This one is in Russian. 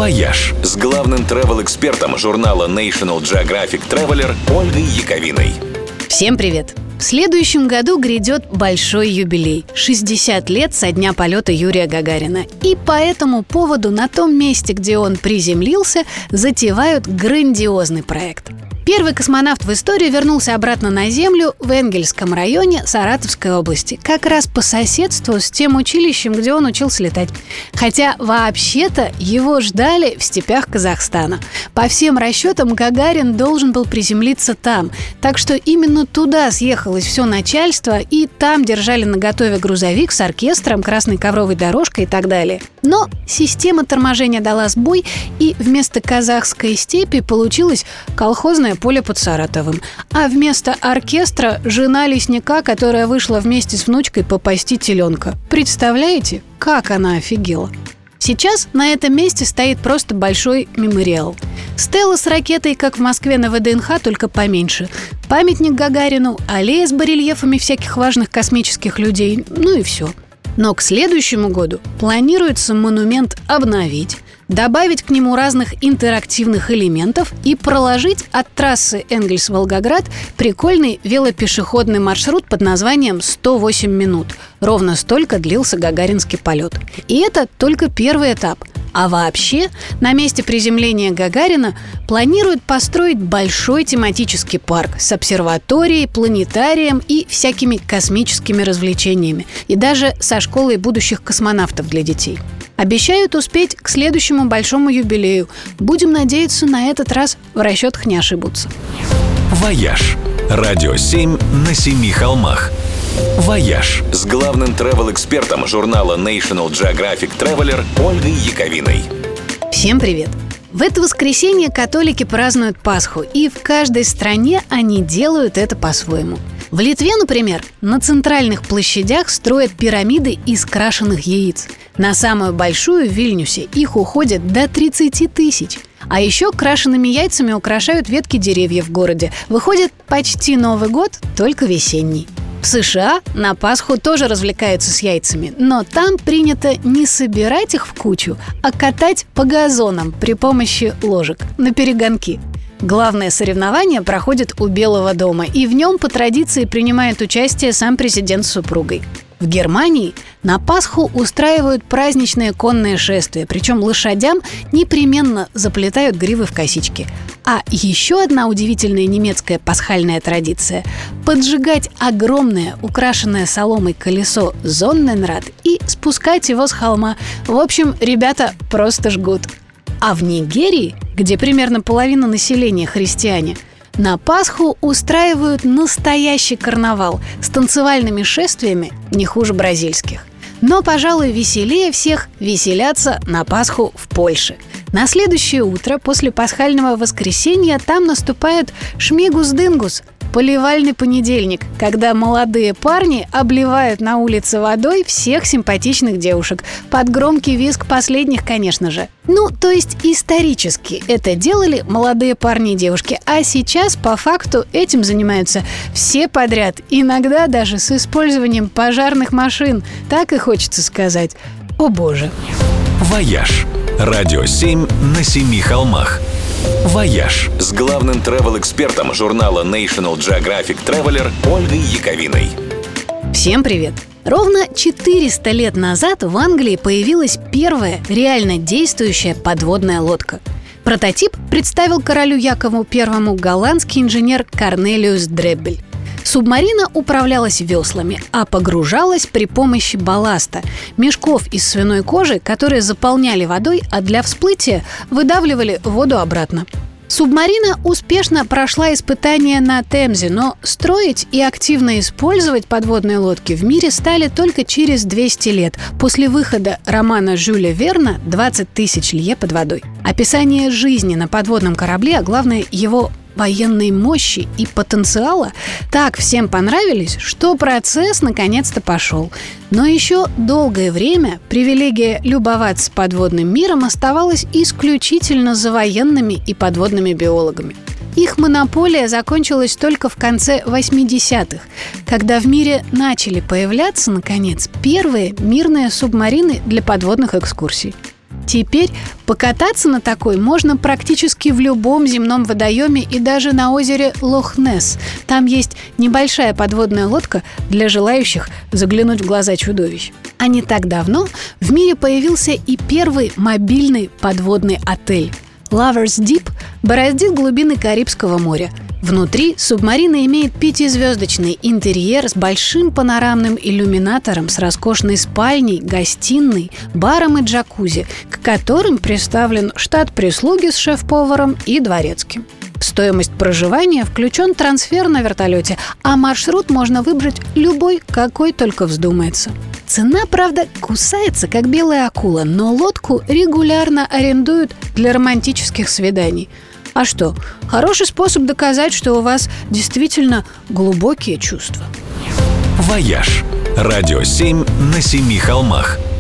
«Вояж» с главным travel-экспертом журнала National Geographic Traveler Ольгой Яковиной. Всем привет! В следующем году грядет большой юбилей – 60 лет со дня полета Юрия Гагарина. И по этому поводу на том месте, где он приземлился, затевают грандиозный проект. Первый космонавт в истории вернулся обратно на Землю в Энгельсском районе Саратовской области, как раз по соседству с тем училищем, где он учился летать. Хотя вообще-то его ждали в степях Казахстана. По всем расчетам Гагарин должен был приземлиться там, так что именно туда съехалось все начальство, и там держали наготове грузовик с оркестром, красной ковровой дорожкой и так далее. Но система торможения дала сбой, и вместо казахской степи получилось колхозное поле под Саратовым. А вместо оркестра жена лесника, которая вышла вместе с внучкой попасти теленка. Представляете, как она офигела? Сейчас на этом месте стоит просто большой мемориал. Стела с ракетой, как в Москве на ВДНХ, только поменьше. Памятник Гагарину, аллея с барельефами всяких важных космических людей, ну и все. Но к следующему году планируется монумент обновить, добавить к нему разных интерактивных элементов и проложить от трассы Энгельс-Волгоград прикольный велопешеходный маршрут под названием 108 минут. Ровно столько длился гагаринский полет. И это только первый этап. А вообще, на месте приземления Гагарина планируют построить большой тематический парк с обсерваторией, планетарием и всякими космическими развлечениями. И даже со школой будущих космонавтов для детей. Обещают успеть к следующему большому юбилею. Будем надеяться, на этот раз в расчетах не ошибутся. «Вояж» – радио 7 на 7 холмах. «Вояж» с главным travel-экспертом журнала National Geographic Traveler Ольгой Яковиной. Всем привет! В это воскресенье католики празднуют Пасху, и в каждой стране они делают это по-своему. В Литве, например, на центральных площадях строят пирамиды из крашеных яиц. На самую большую в Вильнюсе их уходит до 30 тысяч. А еще крашеными яйцами украшают ветки деревьев в городе. Выходит почти Новый год, только весенний. В США на Пасху тоже развлекаются с яйцами, но там принято не собирать их в кучу, а катать по газонам при помощи ложек на перегонки. Главное соревнование проходит у Белого дома, и в нем по традиции принимает участие сам президент с супругой. В Германии на Пасху устраивают праздничные конные шествия, причем лошадям непременно заплетают гривы в косички. А еще одна удивительная немецкая пасхальная традиция – поджигать огромное, украшенное соломой колесо Зонненрад и спускать его с холма. В общем, ребята просто жгут. А в Нигерии, где примерно половина населения христиане, на Пасху устраивают настоящий карнавал с танцевальными шествиями не хуже бразильских. Но, пожалуй, веселее всех веселятся на Пасху в Польше. На следующее утро после пасхального воскресенья там наступает Шмигус-Дынгус – поливальный понедельник, когда молодые парни обливают на улице водой всех симпатичных девушек. Под громкий визг последних, конечно же. Ну, то есть исторически это делали молодые парни и девушки, а сейчас по факту этим занимаются все подряд, иногда даже с использованием пожарных машин. Так и хочется сказать: о боже! «Вояж» – радио 7 на 7 холмах. «Вояж» с главным travel-экспертом журнала National Geographic Traveler Ольгой Яковиной. Всем привет! Ровно 400 лет назад в Англии появилась первая реально действующая подводная лодка. Прототип представил королю Якову I голландский инженер Корнелиус Дреббель. Субмарина управлялась веслами, а погружалась при помощи балласта – мешков из свиной кожи, которые заполняли водой, а для всплытия выдавливали воду обратно. Субмарина успешно прошла испытания на Темзе, но строить и активно использовать подводные лодки в мире стали только через 200 лет после выхода романа Жюля Верна «20 тысяч лье под водой». Описание жизни на подводном корабле, а главное его военной мощи и потенциала так всем понравились, что процесс наконец-то пошел. Но еще долгое время привилегия любоваться подводным миром оставалась исключительно за военными и подводными биологами. Их монополия закончилась только в конце 80-х, когда в мире начали появляться, наконец, первые мирные субмарины для подводных экскурсий. Теперь покататься на такой можно практически в любом земном водоеме и даже на озере Лох-Несс. Там есть небольшая подводная лодка для желающих заглянуть в глаза чудовищ. А не так давно в мире появился и первый мобильный подводный отель. Lovers Deep бороздит глубины Карибского моря. Внутри субмарина имеет 5-звездочный интерьер с большим панорамным иллюминатором, с роскошной спальней, гостиной, баром и джакузи, к которым представлен штат прислуги с шеф-поваром и дворецким. В стоимость проживания включен трансфер на вертолете, а маршрут можно выбрать любой, какой только вздумается. Цена, правда, кусается, как белая акула, но лодку регулярно арендуют для романтических свиданий. А что, хороший способ доказать, что у вас действительно глубокие чувства. «Вояж» – радио 7 на 7 холмах.